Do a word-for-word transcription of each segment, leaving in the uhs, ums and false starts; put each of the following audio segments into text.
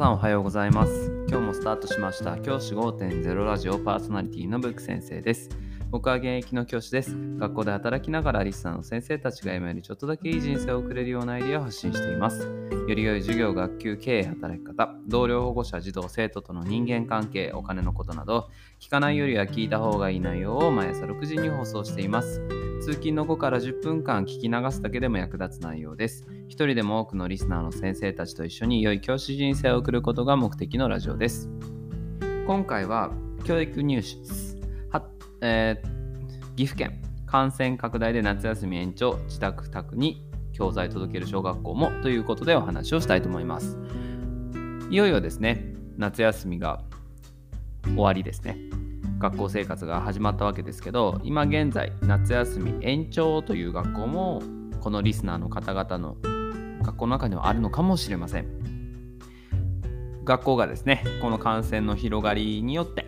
さんおはようございます。今日もスタートしました教師 ごてんゼロ ラジオパーソナリティのブック先生です。僕は現役の教師です。学校で働きながらリスナーの先生たちが今よりちょっとだけいい人生を送れるようなアイディアを発信しています。より良い授業、学級、経営、働き方、同僚、保護者、児童、生徒との人間関係、お金のことなど聞かないよりは聞いた方がいい内容を毎朝ろくじに放送しています。通勤の後からじゅっぷんかん聞き流すだけでも役立つ内容です。一人でも多くのリスナーの先生たちと一緒に良い教師人生を送ることが目的のラジオです。今回は教育ニュースは、えー、岐阜県感染拡大で夏休み延長、自宅宅に教材届ける小学校もということでお話をしたいと思います。いよいよですね、夏休みが終わりですね。学校生活が始まったわけですけど、今現在夏休み延長という学校もこのリスナーの方々の学校の中にはあるのかもしれません。学校がですね、この感染の広がりによって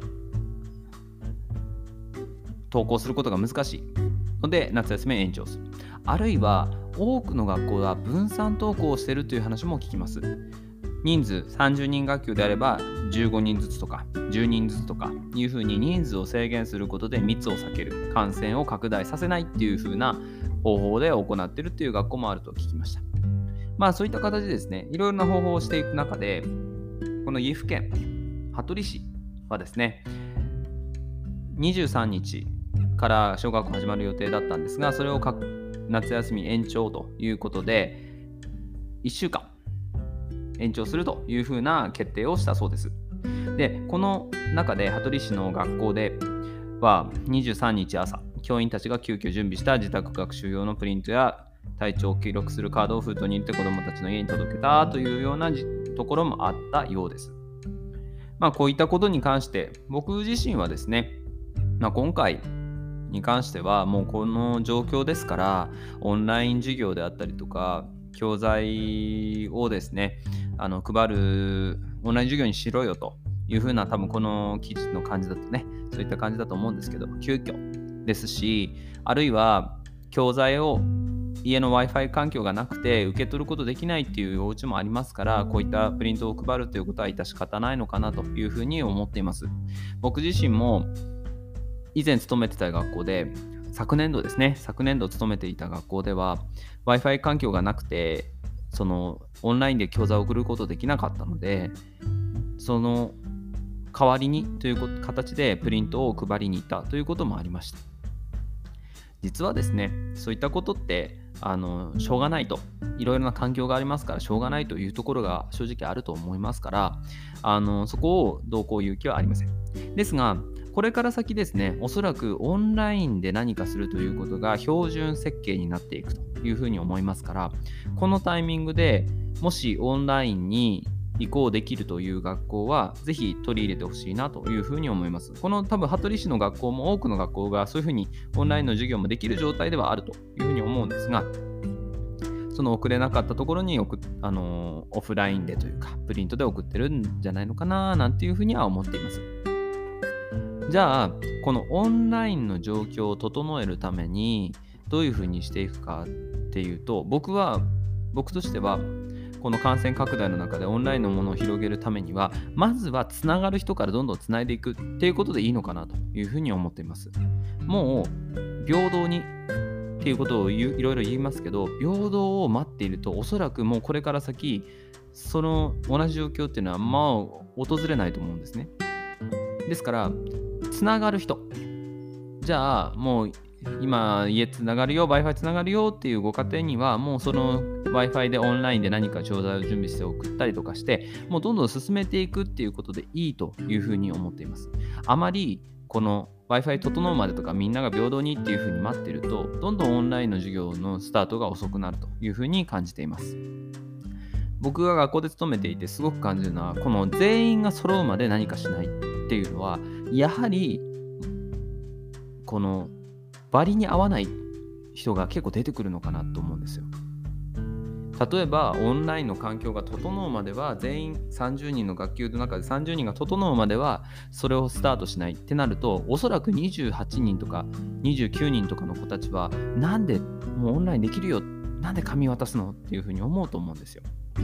登校することが難しいので夏休み延長する、あるいは多くの学校は分散登校をしているという話も聞きます。人数さんじゅうにん学級であればじゅうごにんずつとかじゅうにんずつとかいうふうに人数を制限することで密を避ける、感染を拡大させないっていうふうな方法で行っているっていう学校もあると聞きました。まあそういった形でですね、いろいろな方法をしていく中で、この岐阜県羽鳥市はですね、にじゅうさんにちから小学校始まる予定だったんですが、それを夏休み延長ということでいっしゅうかん延長するというふうな決定をしたそうです。で、この中で羽鳥市の学校ではにじゅうさんにち朝、教員たちが急遽準備した自宅学習用のプリントや体調を記録するカードを封筒に入れて子どもたちの家に届けたというようなところもあったようです。まあこういったことに関して僕自身はですね、まあ、今回に関してはもうこの状況ですから、オンライン授業であったりとか教材をですね、あの配るオンライン授業にしろよというふうな、多分この記事の感じだとね、そういった感じだと思うんですけど、急遽ですし、あるいは教材を家の Wi-Fi 環境がなくて受け取ることできないっていうお家もありますから、こういったプリントを配るということは致し方ないのかなというふうに思っています。僕自身も以前勤めてた学校で、昨年度ですね、昨年度勤めていた学校では Wi-Fi 環境がなくて、そのオンラインで教材を送ることできなかったので、その代わりにという形でプリントを配りに行ったということもありました。実はですね、そういったことってあのしょうがないと、いろいろな環境がありますからしょうがないというところが正直あると思いますから、あのそこをどうこう言う気はありません。ですが、これから先ですね、おそらくオンラインで何かするということが標準設計になっていくというふうに思いますから、このタイミングでもしオンラインに移行できるという学校はぜひ取り入れてほしいなというふうに思います。この多分羽鳥市の学校も多くの学校がそういうふうにオンラインの授業もできる状態ではあるというふうに思うんですが、その送れなかったところに送あのオフラインでというかプリントで送ってるんじゃないのかななんていうふうには思っています。じゃあこのオンラインの状況を整えるためにどういうふうにしていくかっていうと、僕は僕としてはこの感染拡大の中でオンラインのものを広げるためには、まずはつながる人からどんどんつないでいくっていうことでいいのかなというふうに思っています。もう平等にっていうことを言ういろいろ言いますけど、平等を待っているとおそらくもうこれから先その同じ状況っていうのはまあ訪れないと思うんですね。ですからつながる人、じゃあもう今家つながるよ Wi-Fi つながるよっていうご家庭にはもうその Wi-Fi でオンラインで何か教材を準備して送ったりとかして、もうどんどん進めていくっていうことでいいというふうに思っています。あまりこの Wi-Fi 整うまでとかみんなが平等にっていうふうに待ってると、どんどんオンラインの授業のスタートが遅くなるというふうに感じています。僕が学校で勤めていてすごく感じるのは、この全員が揃うまで何かしないっていうのは、やはりこの割に合わない人が結構出てくるのかなと思うんですよ。例えばオンラインの環境が整うまでは、全員さんじゅうにんの学級の中でさんじゅうにんが整うまではそれをスタートしないってなると、おそらくにじゅうはちにんとかにじゅうきゅうにんとかの子たちは、なんでもうオンラインできるよ、なんで紙渡すのっていうふうに思うと思うんですよ。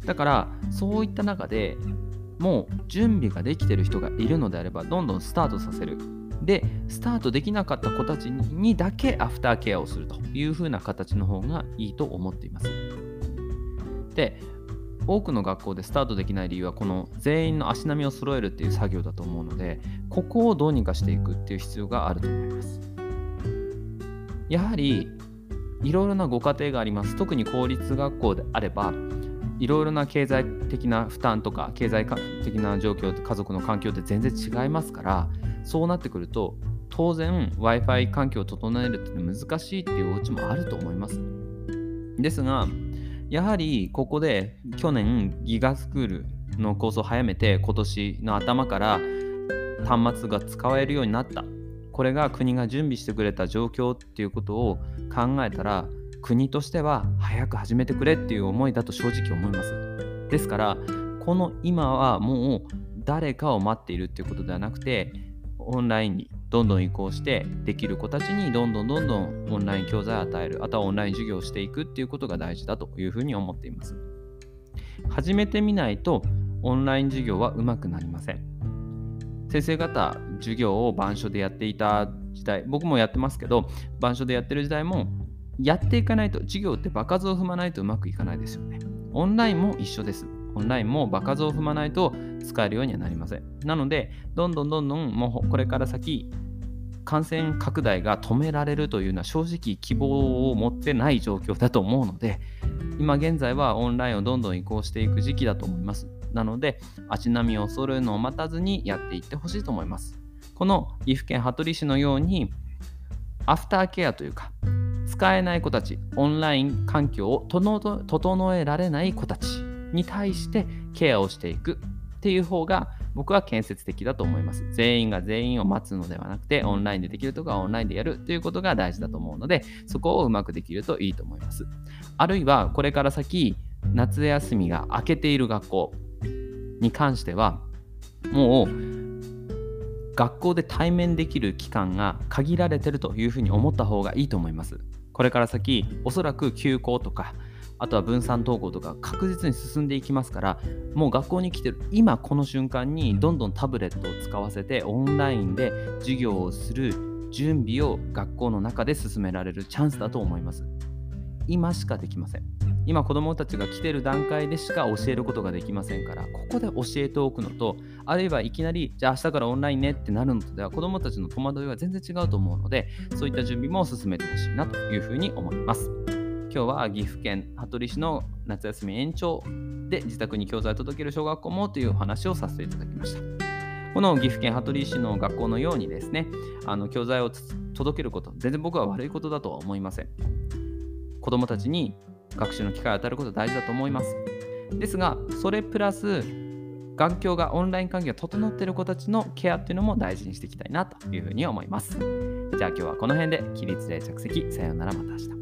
だからそういった中でもう準備ができている人がいるのであれば、どんどんスタートさせる。で、スタートできなかった子たちにだけアフターケアをするという風な形の方がいいと思っています。で、多くの学校でスタートできない理由はこの全員の足並みを揃えるっていう作業だと思うので、ここをどうにかしていくっていう必要があると思います。やはりいろいろなご家庭があります。特に公立学校であれば、いろいろな経済的な負担とか経済的な状況、家族の環境って全然違いますから、そうなってくると当然 Wi-Fi 環境を整えるって難しいっていうお家もあると思います。ですが、やはりここで去年ギガスクールの構想を早めて、今年の頭から端末が使えるようになった。これが国が準備してくれた状況っていうことを考えたら、国としては早く始めてくれっていう思いだと正直思います。ですからこの今はもう誰かを待っているっていうことではなくて、オンラインにどんどん移行してできる子たちにどんどんどんどんオンライン教材を与える、あとはオンライン授業をしていくっていうことが大事だというふうに思っています。始めてみないとオンライン授業はうまくなりません。先生方、授業を板書でやっていた時代、僕もやってますけど、板書でやってる時代もやっていかないと、授業って場数を踏まないとうまくいかないですよね。オンラインも一緒です。オンラインも場数を踏まないと使えるようにはなりません。なので、どんどんどんどんもうこれから先、感染拡大が止められるというのは正直希望を持ってない状況だと思うので、今現在はオンラインをどんどん移行していく時期だと思います。なので、足並みを揃えるのを待たずにやっていってほしいと思います。この岐阜県羽鳥市のように、アフターケアというか、使えない子たち、オンライン環境を整えられない子たちに対してケアをしていくっていう方が僕は建設的だと思います。全員が全員を待つのではなくて、オンラインでできるとかオンラインでやるということが大事だと思うので、そこをうまくできるといいと思います。あるいはこれから先、夏休みが明けている学校に関しては、もう学校で対面できる期間が限られているというふうに思った方がいいと思います。これから先、おそらく休校とか、あとは分散登校とか確実に進んでいきますから、もう学校に来てる今この瞬間にどんどんタブレットを使わせてオンラインで授業をする準備を学校の中で進められるチャンスだと思います。今しかできません。今子どもたちが来てる段階でしか教えることができませんから、ここで教えておくのと、あるいはいきなりじゃあ明日からオンラインねってなるのとでは子どもたちの戸惑いは全然違うと思うので、そういった準備も進めてほしいなというふうに思います。今日は岐阜県羽鳥市の夏休み延長で自宅に教材を届ける小学校もというお話をさせていただきました。この岐阜県羽鳥市の学校のようにですね、あの教材を届けること、全然僕は悪いことだとは思いません。子どもたちに学習の機会を与えることは大事だと思います。ですが、それプラス環境がオンライン環境が整っている子たちのケアっていうのも大事にしていきたいなというふうに思います。じゃあ今日はこの辺で起立で着席、さようなら、また明日。